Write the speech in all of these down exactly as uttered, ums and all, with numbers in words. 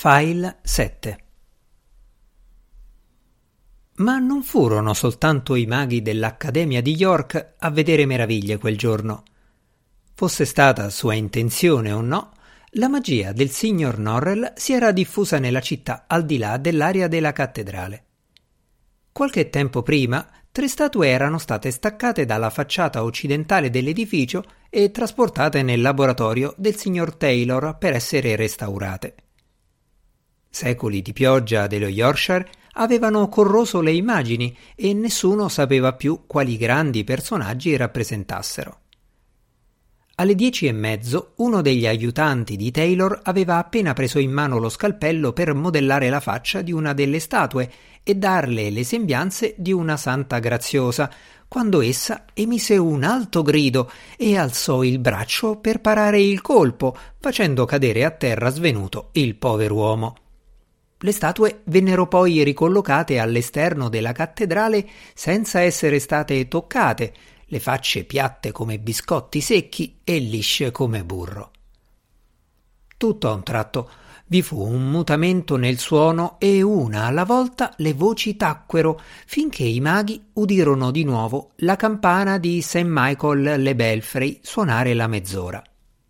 File sette. Ma non furono soltanto i maghi dell'Accademia di York a vedere meraviglie quel giorno. Fosse stata sua intenzione o no, la magia del signor Norrell si era diffusa nella città al di là dell'area della cattedrale. Qualche tempo prima, tre statue erano state staccate dalla facciata occidentale dell'edificio e trasportate nel laboratorio del signor Taylor per essere restaurate. Secoli di pioggia dello Yorkshire avevano corroso le immagini e nessuno sapeva più quali grandi personaggi rappresentassero. Alle dieci e mezzo uno degli aiutanti di Taylor aveva appena preso in mano lo scalpello per modellare la faccia di una delle statue e darle le sembianze di una santa graziosa, quando essa emise un alto grido e alzò il braccio per parare il colpo, facendo cadere a terra svenuto il pover'uomo. Le statue vennero poi ricollocate all'esterno della cattedrale senza essere state toccate, le facce piatte come biscotti secchi e lisce come burro. Tutto a un tratto vi fu un mutamento nel suono e una alla volta le voci tacquero finché i maghi udirono di nuovo la campana di Saint Michael le Belfry suonare la mezz'ora.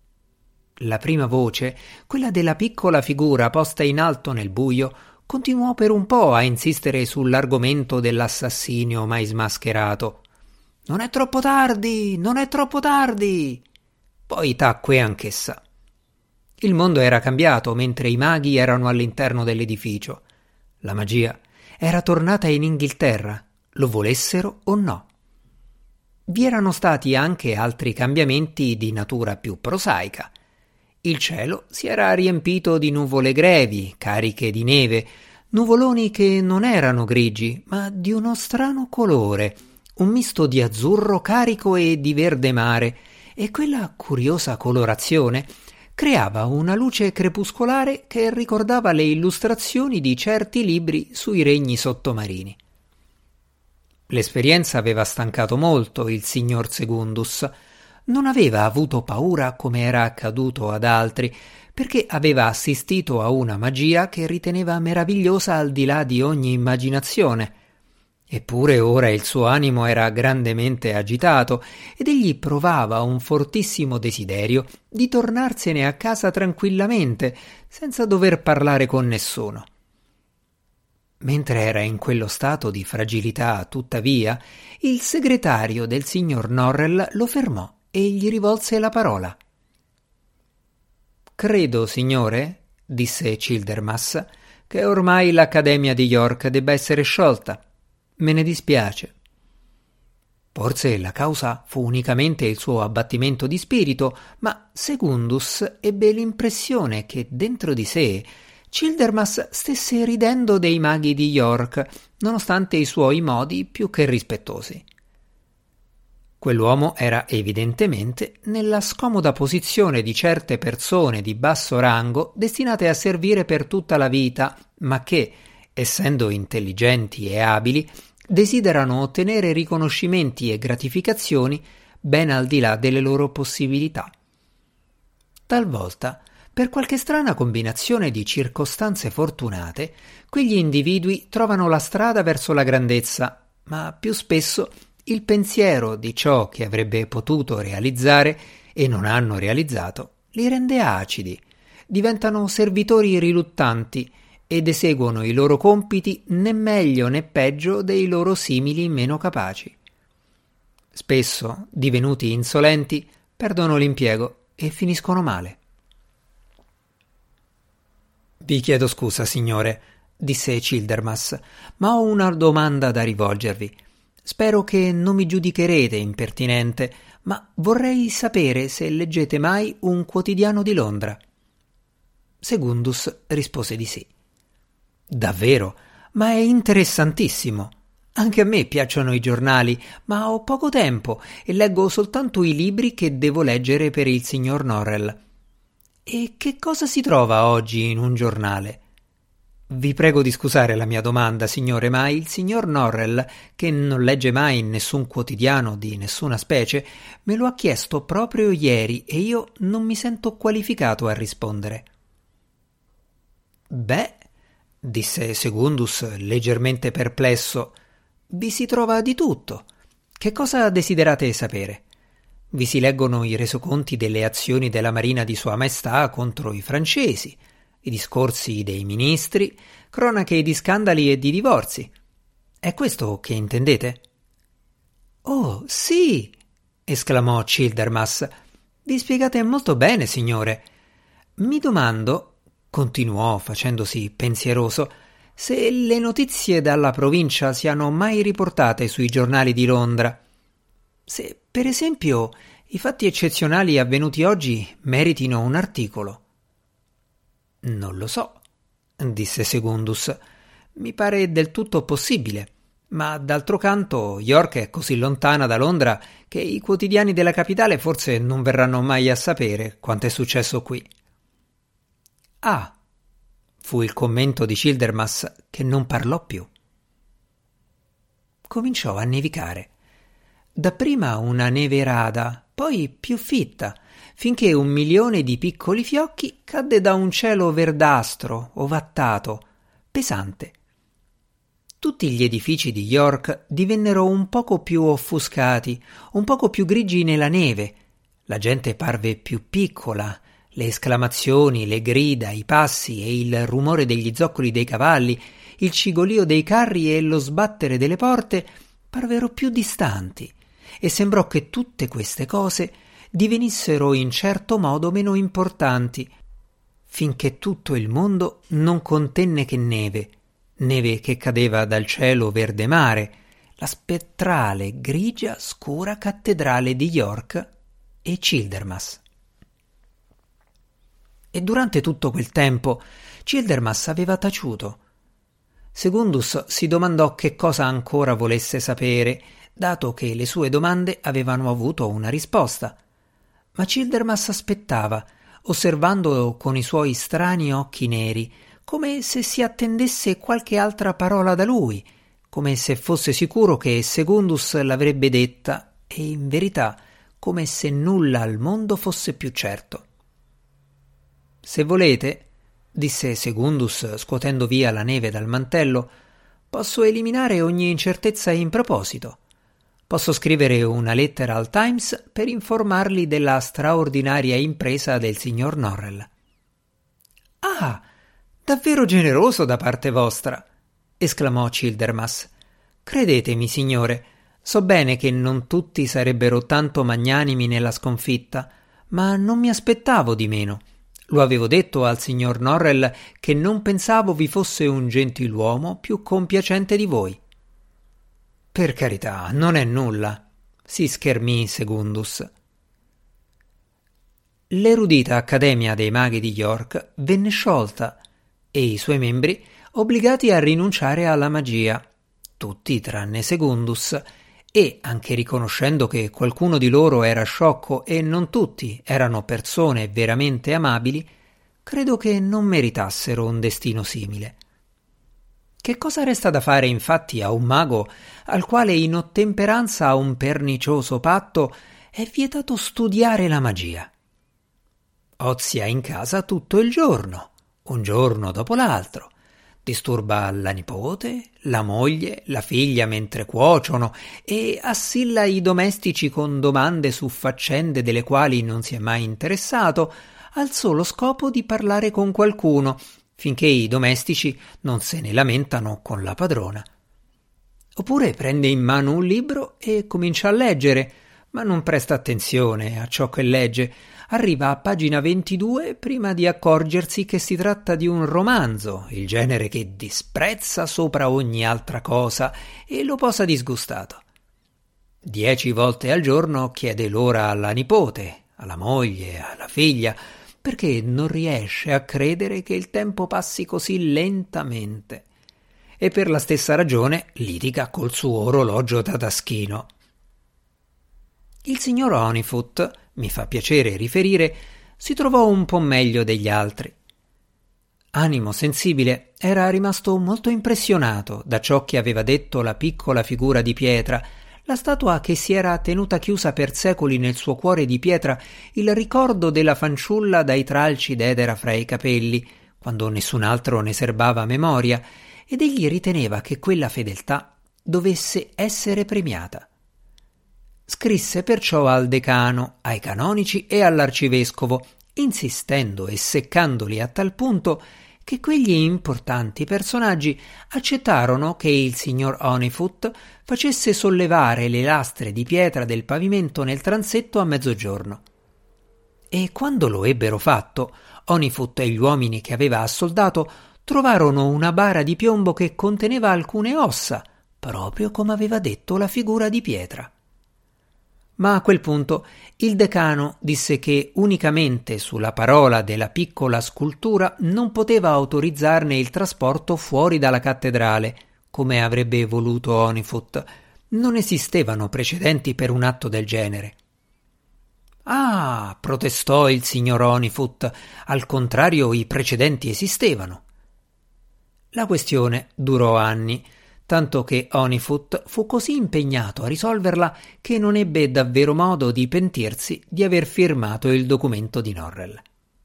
La prima voce, quella della piccola figura posta in alto nel buio, continuò per un po' a insistere sull'argomento dell'assassinio mai smascherato. «Non è troppo tardi! Non è troppo tardi!» Poi tacque anch'essa. Il mondo era cambiato mentre i maghi erano all'interno dell'edificio. La magia era tornata in Inghilterra, lo volessero o no. Vi erano stati anche altri cambiamenti di natura più prosaica. Il cielo si era riempito di nuvole grevi, cariche di neve, nuvoloni che non erano grigi, ma di uno strano colore, un misto di azzurro carico e di verde mare, e quella curiosa colorazione creava una luce crepuscolare che ricordava le illustrazioni di certi libri sui regni sottomarini. L'esperienza aveva stancato molto il signor Segundus. Non aveva avuto paura come era accaduto ad altri, perché aveva assistito a una magia che riteneva meravigliosa al di là di ogni immaginazione. Eppure ora il suo animo era grandemente agitato ed egli provava un fortissimo desiderio di tornarsene a casa tranquillamente, senza dover parlare con nessuno. Mentre era in quello stato di fragilità, tuttavia, il segretario del signor Norrell lo fermò e gli rivolse la parola. «Credo, signore», disse Childermas, «che ormai l'Accademia di York debba essere sciolta. Me ne dispiace». Forse la causa fu unicamente il suo abbattimento di spirito, ma Segundus ebbe l'impressione che dentro di sé Childermas stesse ridendo dei maghi di York, nonostante i suoi modi più che rispettosi. Quell'uomo era evidentemente nella scomoda posizione di certe persone di basso rango destinate a servire per tutta la vita, ma che, essendo intelligenti e abili, desiderano ottenere riconoscimenti e gratificazioni ben al di là delle loro possibilità. Talvolta, per qualche strana combinazione di circostanze fortunate, quegli individui trovano la strada verso la grandezza, ma più spesso il pensiero di ciò che avrebbe potuto realizzare e non hanno realizzato li rende acidi, diventano servitori riluttanti ed eseguono i loro compiti né meglio né peggio dei loro simili meno capaci. Spesso, divenuti insolenti, perdono l'impiego e finiscono male. «Vi chiedo scusa, signore», disse Childermas, «ma ho una domanda da rivolgervi. Spero che non mi giudicherete impertinente, ma vorrei sapere se leggete mai un quotidiano di Londra». Segundus rispose di sì. «Davvero? Ma è interessantissimo. Anche a me piacciono i giornali, ma ho poco tempo e leggo soltanto i libri che devo leggere per il signor Norrell. E che cosa si trova oggi in un giornale?» «Vi prego di scusare la mia domanda, signore, ma il signor Norrell, che non legge mai nessun quotidiano di nessuna specie, me lo ha chiesto proprio ieri e io non mi sento qualificato a rispondere». Beh, disse Secundus leggermente perplesso, vi si trova di tutto. Che cosa desiderate sapere? Vi si leggono i resoconti delle azioni della Marina di Sua Maestà contro i francesi, i discorsi dei ministri, cronache di scandali e di divorzi. È questo che intendete? Oh, sì! Esclamò Childermas. Vi spiegate molto bene, signore. Mi domando, continuò facendosi pensieroso, se le notizie dalla provincia siano mai riportate sui giornali di Londra. Se, per esempio, i fatti eccezionali avvenuti oggi meritino un articolo. Non lo so, disse Secundus. Mi pare del tutto possibile, ma d'altro canto York è così lontana da Londra che i quotidiani della capitale forse non verranno mai a sapere quanto è successo qui. Ah, fu il commento di Childermas, che non parlò più. Cominciò a nevicare. Dapprima una neve rada, poi più fitta, finché un milione di piccoli fiocchi cadde da un cielo verdastro, ovattato, pesante. Tutti gli edifici di York divennero un poco più offuscati, un poco più grigi nella neve. La gente parve più piccola. Le esclamazioni, le grida, i passi e il rumore degli zoccoli dei cavalli, il cigolio dei carri e lo sbattere delle porte parvero più distanti, e sembrò che tutte queste cose divenissero in certo modo meno importanti, finché tutto il mondo non contenne che neve, neve che cadeva dal cielo verde mare, la spettrale, grigia, scura cattedrale di York e Childermas. E durante tutto quel tempo Childermas aveva taciuto. Secundus si domandò che cosa ancora volesse sapere, dato che le sue domande avevano avuto una risposta. Ma Childermas aspettava, osservando con i suoi strani occhi neri, come se si attendesse qualche altra parola da lui, come se fosse sicuro che Secundus l'avrebbe detta, e in verità come se nulla al mondo fosse più certo. Se volete, disse Secundus scuotendo via la neve dal mantello, posso eliminare ogni incertezza in proposito. Posso scrivere una lettera al Times per informarli della straordinaria impresa del signor Norrell. Ah, davvero generoso da parte vostra, esclamò Childermas. Credetemi, signore, so bene che non tutti sarebbero tanto magnanimi nella sconfitta, ma non mi aspettavo di meno. Lo avevo detto al signor Norrell che non pensavo vi fosse un gentiluomo più compiacente di voi. Per carità, non è nulla, si schermì Secundus. L'erudita Accademia dei Maghi di York venne sciolta e i suoi membri obbligati a rinunciare alla magia, tutti tranne Secundus, e, anche riconoscendo che qualcuno di loro era sciocco e non tutti erano persone veramente amabili, credo che non meritassero un destino simile. Che cosa resta da fare infatti a un mago al quale in ottemperanza a un pernicioso patto è vietato studiare la magia? Ozia in casa tutto il giorno, un giorno dopo l'altro, disturba la nipote, la moglie, la figlia mentre cuociono e assilla i domestici con domande su faccende delle quali non si è mai interessato, al solo scopo di parlare con qualcuno, finché i domestici non se ne lamentano con la padrona. Oppure prende in mano un libro e comincia a leggere, ma non presta attenzione a ciò che legge. Arriva a pagina ventidue prima di accorgersi che si tratta di un romanzo, il genere che disprezza sopra ogni altra cosa e lo posa disgustato. Dieci volte al giorno chiede l'ora alla nipote, alla moglie, alla figlia, perché non riesce a credere che il tempo passi così lentamente. E per la stessa ragione litiga col suo orologio da taschino. Il signor Honeyfoot, mi fa piacere riferire, si trovò un po' meglio degli altri. Animo sensibile, era rimasto molto impressionato da ciò che aveva detto la piccola figura di pietra, la statua che si era tenuta chiusa per secoli nel suo cuore di pietra, il ricordo della fanciulla dai tralci d'edera fra i capelli, quando nessun altro ne serbava memoria, ed egli riteneva che quella fedeltà dovesse essere premiata. Scrisse perciò al decano, ai canonici e all'arcivescovo, insistendo e seccandoli a tal punto che quegli importanti personaggi accettarono che il signor Honeyfoot facesse sollevare le lastre di pietra del pavimento nel transetto a mezzogiorno. E quando lo ebbero fatto, Honeyfoot e gli uomini che aveva assoldato trovarono una bara di piombo che conteneva alcune ossa, proprio come aveva detto la figura di pietra. Ma a quel punto il decano disse che unicamente sulla parola della piccola scultura non poteva autorizzarne il trasporto fuori dalla cattedrale, come avrebbe voluto Honeyfoot. Non esistevano precedenti per un atto del genere. «Ah!» protestò il signor Honeyfoot, «al contrario i precedenti esistevano». La questione durò anni, tanto che Honeyfoot fu così impegnato a risolverla che non ebbe davvero modo di pentirsi di aver firmato il documento di Norrell.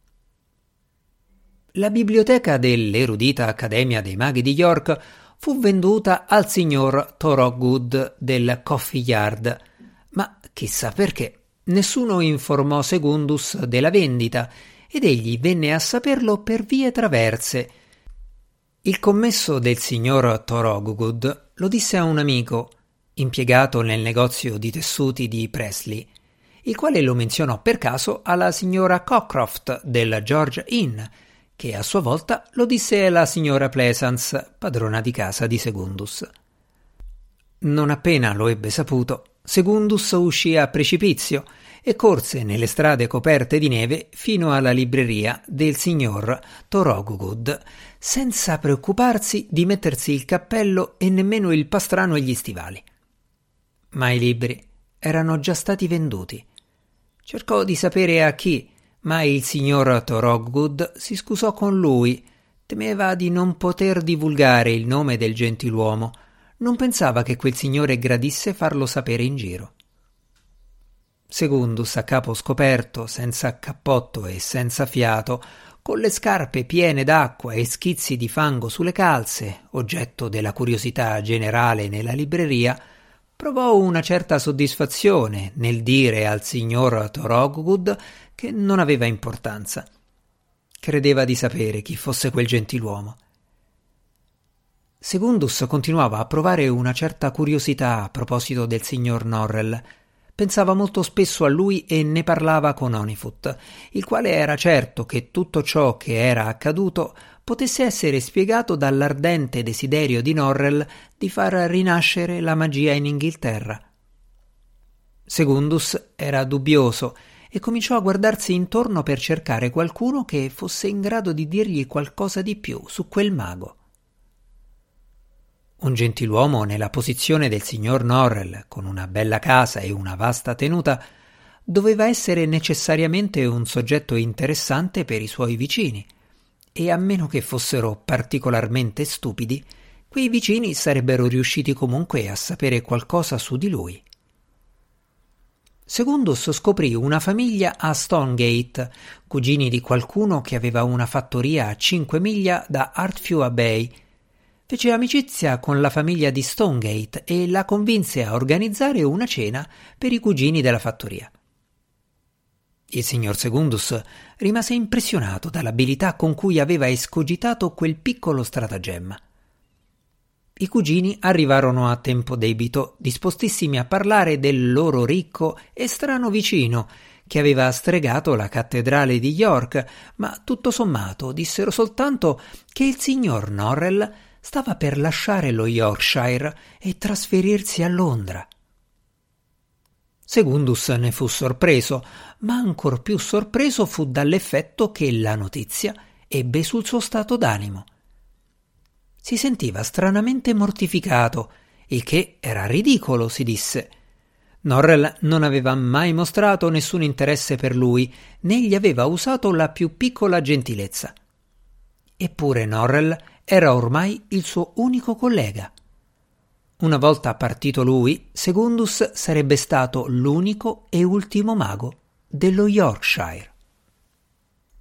La biblioteca dell'erudita Accademia dei Maghi di York fu venduta al signor Thorogood del Coffee Yard, ma chissà perché nessuno informò Secundus della vendita ed egli venne a saperlo per vie traverse. Il commesso del signor Thorogood lo disse a un amico, impiegato nel negozio di tessuti di Presley, il quale lo menzionò per caso alla signora Cockcroft del George Inn, che a sua volta lo disse alla signora Pleasance, padrona di casa di Secundus. Non appena lo ebbe saputo, Secundus uscì a precipizio e corse nelle strade coperte di neve fino alla libreria del signor Thorogood, senza preoccuparsi di mettersi il cappello e nemmeno il pastrano e gli stivali. Ma i libri erano già stati venduti. Cercò di sapere a chi, ma il signor Thorogood si scusò con lui, temeva di non poter divulgare il nome del gentiluomo, non pensava che quel signore gradisse farlo sapere in giro. Secundus, a capo scoperto, senza cappotto e senza fiato, con le scarpe piene d'acqua e schizzi di fango sulle calze, oggetto della curiosità generale nella libreria, provò una certa soddisfazione nel dire al signor Thorogood che non aveva importanza. Credeva di sapere chi fosse quel gentiluomo. Secundus continuava a provare una certa curiosità a proposito del signor Norrell. Pensava molto spesso a lui e ne parlava con Honeyfoot, il quale era certo che tutto ciò che era accaduto potesse essere spiegato dall'ardente desiderio di Norrell di far rinascere la magia in Inghilterra. Secundus era dubbioso e cominciò a guardarsi intorno per cercare qualcuno che fosse in grado di dirgli qualcosa di più su quel mago. Un gentiluomo nella posizione del signor Norrell, con una bella casa e una vasta tenuta, doveva essere necessariamente un soggetto interessante per i suoi vicini, e a meno che fossero particolarmente stupidi, quei vicini sarebbero riusciti comunque a sapere qualcosa su di lui. Secundus scoprì una famiglia a Stonegate, cugini di qualcuno che aveva una fattoria a cinque miglia da Artfew Abbey. Fece amicizia con la famiglia di Stonegate e la convinse a organizzare una cena per i cugini della fattoria. Il signor Secundus rimase impressionato dall'abilità con cui aveva escogitato quel piccolo stratagemma. I cugini arrivarono a tempo debito, dispostissimi a parlare del loro ricco e strano vicino, che aveva stregato la cattedrale di York, ma tutto sommato dissero soltanto che il signor Norrell stava per lasciare lo Yorkshire e trasferirsi a Londra. Secundus ne fu sorpreso, ma ancor più sorpreso fu dall'effetto che la notizia ebbe sul suo stato d'animo. Si sentiva stranamente mortificato, il che era ridicolo, si disse. Norrell non aveva mai mostrato nessun interesse per lui, né gli aveva usato la più piccola gentilezza. Eppure Norrell era ormai il suo unico collega. Una volta partito lui, Secundus sarebbe stato l'unico e ultimo mago dello Yorkshire.